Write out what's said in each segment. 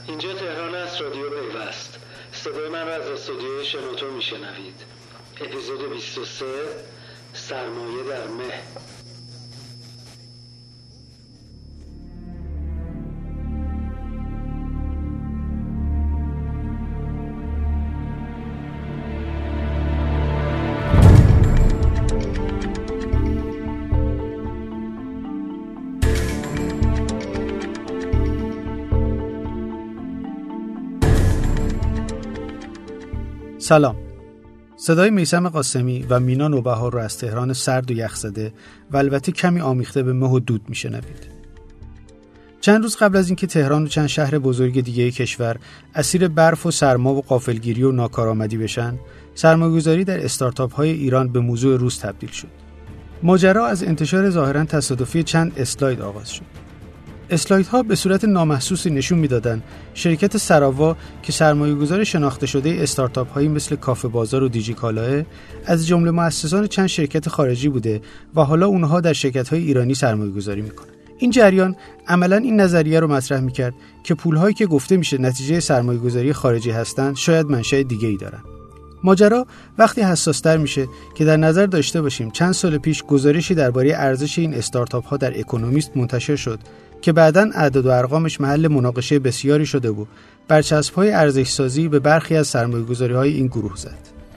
اینجا تهران است، رادیو پیوست. صدای من را از استودیوی شنوتو میشنوید. اپیزود 23، سرمایه در مه. سلام. صدای میثم قاسمی و مینا نوبهار رو از تهران سرد و یخزده و البته کمی آمیخته به مه و دود میشنوید. چند روز قبل از اینکه تهران و چند شهر بزرگ دیگه کشور اسیر برف و سرما و غافلگیری و ناکارآمدی بشن، سرمایه‌گذاری در استارتاپ‌های ایران به موضوع روز تبدیل شد. ماجرا از انتشار ظاهراً تصادفی چند اسلاید آغاز شد. اسلایدها به صورت نامحسوسی نشون میدادن شرکت سراوا که سرمایه‌گذار شناخته شده استارتاپ‌هایی مثل کافه بازار و دیجیکالا از جمله مؤسسان چند شرکت خارجی بوده و حالا اونها در شرکت‌های ایرانی سرمایه‌گذاری میکنن. این جریان عملاً این نظریه رو مطرح میکرد که پول‌هایی که گفته میشه نتیجه سرمایه‌گذاری خارجی هستند شاید منشأ دیگه‌ای دارن. ماجرا وقتی حساس‌تر میشه که در نظر داشته باشیم چند سال پیش گزارشی درباره ارزش این استارتاپ‌ها در اکونومیست منتشر شد که بعداً اعداد و ارقامش محل مناقشه بسیاری شده بود. برچسب‌های ارزش‌سازی به برخی از سرمایه‌گذاری‌های این گروه زد.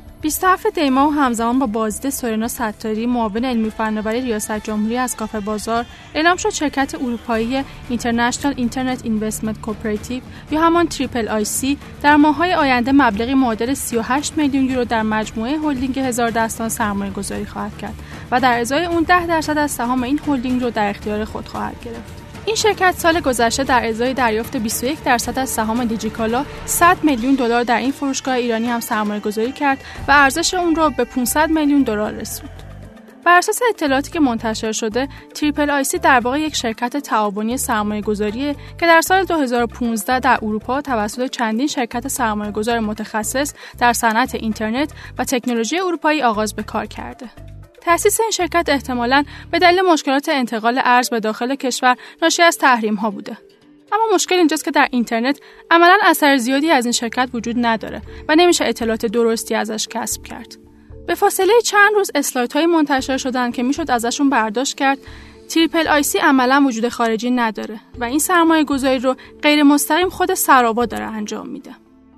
27 دی ماه همزمان با بازدید سورنا ستاری، معاون علمی فناوری ریاست جمهوری از کافه بازار، اعلام شد شرکت اروپایی اینترنشنال اینترنت اینوستمنت کوپراتیو یا همان TRIPLIC در ماه‌های آینده مبلغی معادل 38 میلیون یورو در مجموعه هلدینگ هزار دستان سرمایه‌گذاری خواهد کرد و در ازای اون 10% از سهام این هلدینگ رو در اختیار خود خواهد گرفت. این شرکت سال گذشته در ازای دریافت 21% از سهام دیجیکالا 100 میلیون دلار در این فروشگاه ایرانی هم سرمایه‌گذاری کرد و ارزش اون رو به 500 میلیون دلار رسوند. بر اساس اطلاعاتی که منتشر شده، TRIPLIC در واقع یک شرکت تعاونی سرمایه‌گذاریه که در سال 2015 در اروپا توسط چندین شرکت سرمایه‌گذار متخصص در صنعت اینترنت و تکنولوژی اروپایی آغاز به کار کرده. تأسیس این شرکت احتمالاً به دلیل مشکلات انتقال ارز به داخل کشور ناشی از تحریم‌ها بوده. اما مشکل اینجاست که در اینترنت عملاً اثر زیادی از این شرکت وجود نداره و نمیشه اطلاعات درستی ازش کسب کرد. به فاصله چند روز اسلایدهای منتشر شدن که میشد ازشون برداشت کرد TRIPLIC عملاً وجود خارجی نداره و این سرمایه‌گذاری رو غیر مستقیم خود سراوا داره انجام میده.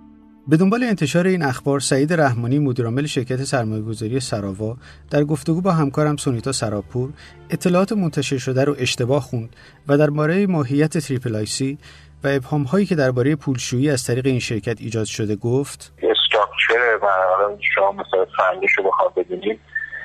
به دنبال انتشار این اخبار، سعید رحمانی مدیرعامل شرکت سرمایه‌گذاری سراوا در گفتگو با همکارم سونیتا سراپور اطلاعات منتشر شده رو اشتباه خوند و درباره ماهیت TRIPLIC و ابهام‌هایی که درباره پولشویی از طریق این شرکت ایجاد شده گفت: استراکچر و شما مثلا فندشو بخواد بدونید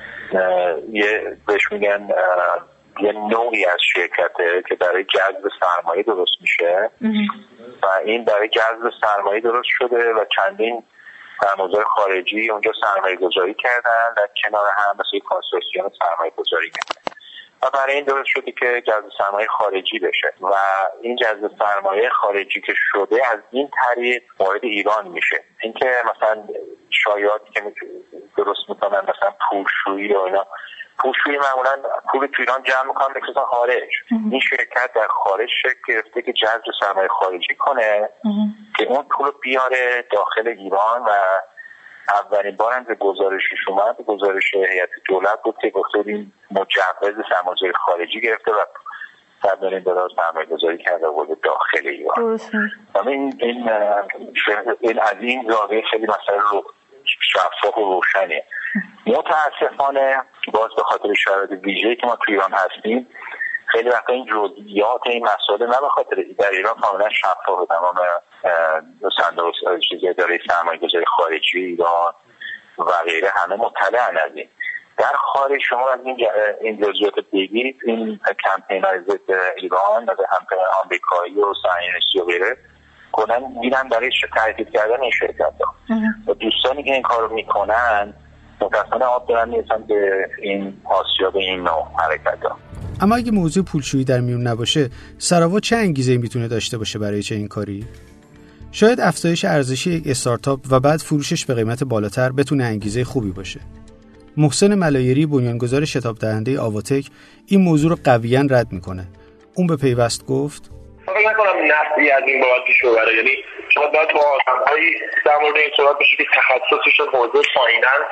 یه بهش میگن یه نوعی از شرکته که برای جذب سرمایه درست میشه و این برای جذب سرمایه درست شده و چندین سرمایه‌گذار خارجی اونجا سرمایه گذاری کردن در کنار هم مثل کنسورسیوم سرمایه گذاری کردن و برای این درست شده که جذب سرمایه خارجی بشه و این جذب سرمایه خارجی که شده از این طریق وارد ایران میشه. اینکه مثلا شایعاتی که درست میکنن مثلا پولشویی و اینا، پولشویی معمولا پول تو ایران جمع میکنن بکشن خارج. این شرکت در خارج شکل گرفته که جذب سرمایه خارجی کنه که اون پول بیاره داخل ایران و اولین بار هم به گزارشش اومد، گزارش هیئت دولت بود که گفته این مجوز سرمایه‌گذاری خارجی گرفته و 100 میلیون دلار سرمایه‌گذاری کرده بود داخل ایران. این از این زاویه خیلی مسئله رو شفاف و روشنه. متاسفانه باز به خاطر شرایط ویژه‌ای که ما تو ایران هستیم خیلی وقتا این جزئیات این مسائل نه به خاطر در ایران کاملا شفاف و تمام صندوق اداره سرمایه‌گذاری خارجی ایران و غیره همه مطلعن از این. در خارج شما از این جزئیات بگید، این کمپین‌های ضد ایران از کمپین آمریکایی و صهیونیستی و غیره کنن میرن برای تهدید کردن این شرکت‌ها و دوستانی که این کارو میکنن متأسفانه آب دارن میرسن به این آسیا به این نوع حرکت‌ها. اما اگه موضوع پولشویی در میون نباشه، سراوا چه انگیزه‌ای میتونه داشته باشه برای چنین کاری؟ شاید افزایش ارزش یک استارتاپ و بعد فروشش به قیمت بالاتر بتونه انگیزه خوبی باشه. محسن ملایری بنیانگذار شتاب دهنده آواتک این موضوع رو قویاً رد میکنه. اون به پیوست گفت: فکر نکنم نفعی از این بابت پیش ببره. یعنی شما باید با آدم‌هایی در مورد این صحبت بشید که تخصصشون حوزه فایننس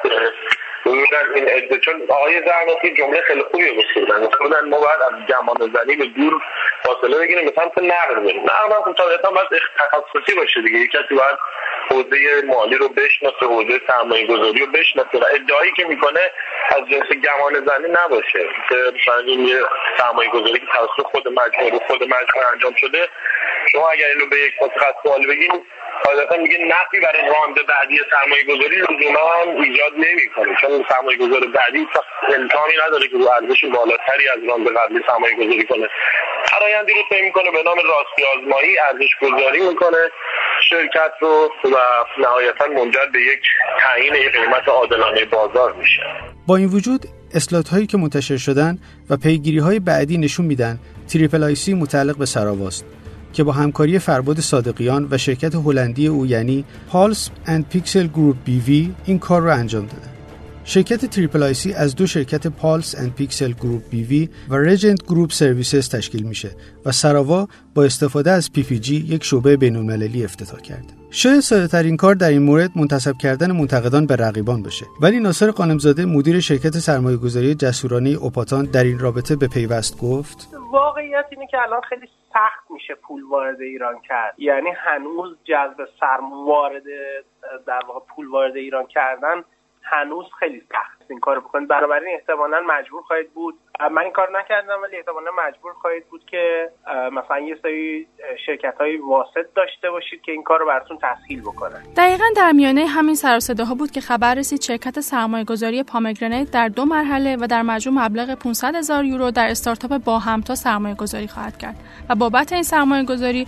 ببینن این عده، چون آقای زرناطی جمله خیلی خوبی گفتن. مثلا ما باید از گمانه‌زنی به دور فاصله بگیریم، به سمت نقد بریم. نقد هم طبیعتا باید تخصصی باشه دیگه. یک کسی باید حوزه مالی رو بشناسه، حوزه سرمایه‌گذاری رو بشناسه و ادعایی که میکنه از جنس گمانه‌زنی نباشه که مثلا این سرمایه‌گذاری که توسط خود مجموعه انجام شده، شما اگر اینو به یک متخصص سوال بگین عادتا میگه نفعی برای راند بعدی سرمایه‌گذاری لزوما ایجاد نمی‌کنه، چون سرمایه‌گذار بعدی امکانی نداره که رو ارزش بالاتری از راند قبلی سرمایه‌گذاری کنه. فرآیندی رو طی می‌کنه به نام راستی آزمایی، ارزش گذاری می‌کنه شرکت رو و نهایتاً منجر به یک تعیین یک قیمت عادلانه بازار میشه. با این وجود اصلاحاتی که منتشر شدن و پیگیری‌های بعدی نشون میدن تریپل آی سی متعلق به سراواست که با همکاری فرباد صادقیان و شرکت هلندی او یعنی پالس اند پیکسل گروپ بی وی این کار را انجام داده. شرکت تریپل آی سی از دو شرکت پالس اند پیکسل گروپ بی وی و رجنت گروپ سرویسز تشکیل میشه و سراوا با استفاده از پی پی جی یک شعبه بین‌المللی افتتاح کرده. شاید ساده‌ترین کار در این مورد منتسب کردن منتقدان به رقیبان باشه، ولی ناصر قانمزاده مدیر شرکت سرمایه‌گذاری جسورانه اوپاتان در این رابطه به پیوست گفت: واقعیت اینه که الان خیلی سخت میشه پول وارد ایران کرد. یعنی هنوز جذب وارد در واقع پول وارد ایران کردن هنوز خیلی سخت این کارو بکنید. بنابراین احتمالاً مجبور خواهید بود، من این کار نکردم ولی احتمالاً مجبور خواهید بود که مثلا یه سری شرکت‌های واسط داشته باشید که این کارو براتون تسهیل بکنن. دقیقاً در میانه همین سر و صداها بود که خبر رسید شرکت سرمایه‌گذاری پامگرنیت در 2 مرحله و در مجموع مبلغ 500,000 یورو در استارتاپ با همتا سرمایه‌گذاری خواهد کرد و بابت این سرمایه‌گذاری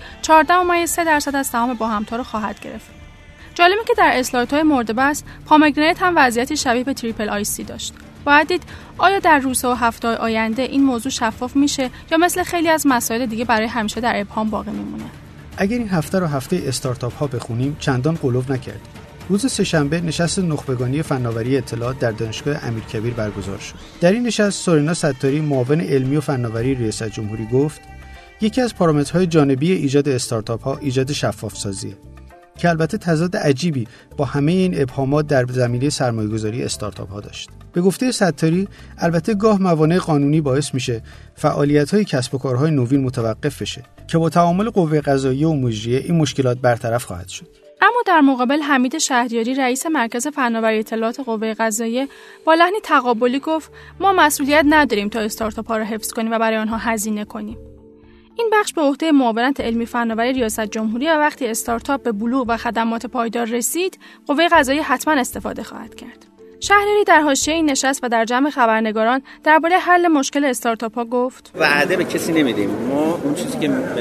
14.3% از سهام با همتا رو خواهد گرفت. جالبه که در اصلاحات‌های مورد بحث پامگرنیت هم وضعیتی شبیه به تریپل آی سی داشت. باید دید آیا در روزها و هفته‌های آینده این موضوع شفاف میشه یا مثل خیلی از مسائل دیگه برای همیشه در ابهام باقی میمونه. اگر این هفته رو هفته استارتاپ ها بخونیم چندان غلو نکرد. روز سه‌شنبه نشست نخبگانی فناوری اطلاعات در دانشگاه امیرکبیر برگزار شد. در این نشست سورینا ستاری معاون علمی و فناوری ریاست جمهوری گفت یکی از پارامترهای جانبی ایجاد استارتاپ ها ایجاد شفاف سازیه، که البته تضاد عجیبی با همه این ابهامات در زمینه سرمایه‌گذاری استارتاپ ها داشت. به گفته ستاری البته گاه موانع قانونی باعث میشه فعالیت‌های کسب و کارهای نوین متوقف بشه که با تعامل قوه قضاییه و مجریه این مشکلات برطرف خواهد شد. اما در مقابل حمید شهریاری رئیس مرکز فناوری اطلاعات قوه قضاییه با لحنی تقابلی گفت ما مسئولیت نداریم تا استارتاپ‌ها رو حفظ کنیم و برای آنها هزینه کنیم. این بخش به عهده معاونت علمی فناوری ریاست جمهوری و وقتی استارتاپ به بلوغ و خدمات پایدار رسید، قوه قضاییه حتما استفاده خواهد کرد. شهریاری در حاشیه این نشست و در جمع خبرنگاران درباره حل مشکل استارتاپ‌ها گفت: وعده به کسی نمیدیم. ما اون چیزی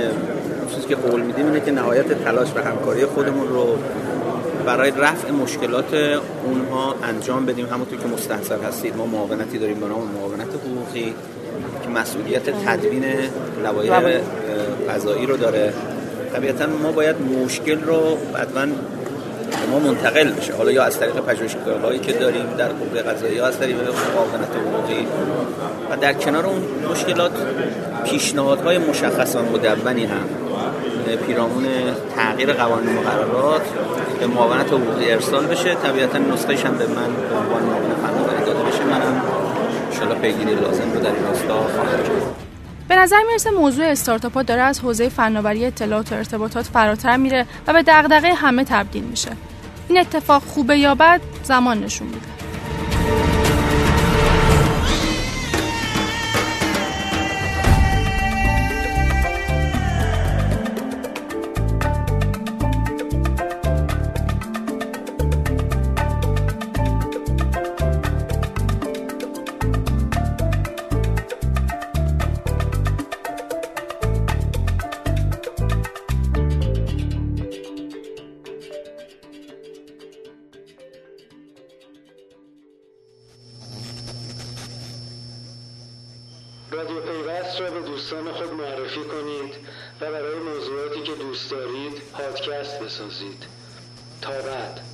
که قول میدیم اینه که نهایت تلاش و همکاری خودمون رو برای رفع مشکلات اونها انجام بدیم. همونطور که مستحضر هستید ما معاونتی داریم به نام معاونت حقوقی که مسئولیت تدوین لوایح قضایی رو داره. طبیعتاً ما باید مشکل رو بعداً ما منتقل بشه، حالا یا از طریق پژوهشگاه‌هایی که داریم در قوه قضاییه یا از طریق معاونت حقوقی و در کنار اون مشکلات پیشنهادهای مشخص و مدونی هم پیرامون تغییر قوانین مقررات به معاونت حقوقی ارسال بشه. طبیعتاً نسخه‌اش هم به من به عنوان معاون فناوری داده بشه. منم ان شاءالله پیگیری لازم رو در این راستا خواهم کرد. به نظر میرسه موضوع استارتاپ‌ها داره از حوزه فناوری اطلاعات و ارتباطات فراتر میره و به دغدغه همه تبدیل میشه. این اتفاق خوبه یا بد زمان نشون میده. رادیو پیوست را به دوستان خود معرفی کنید و برای موضوعاتی که دوست دارید پادکست بسازید. تا بعد.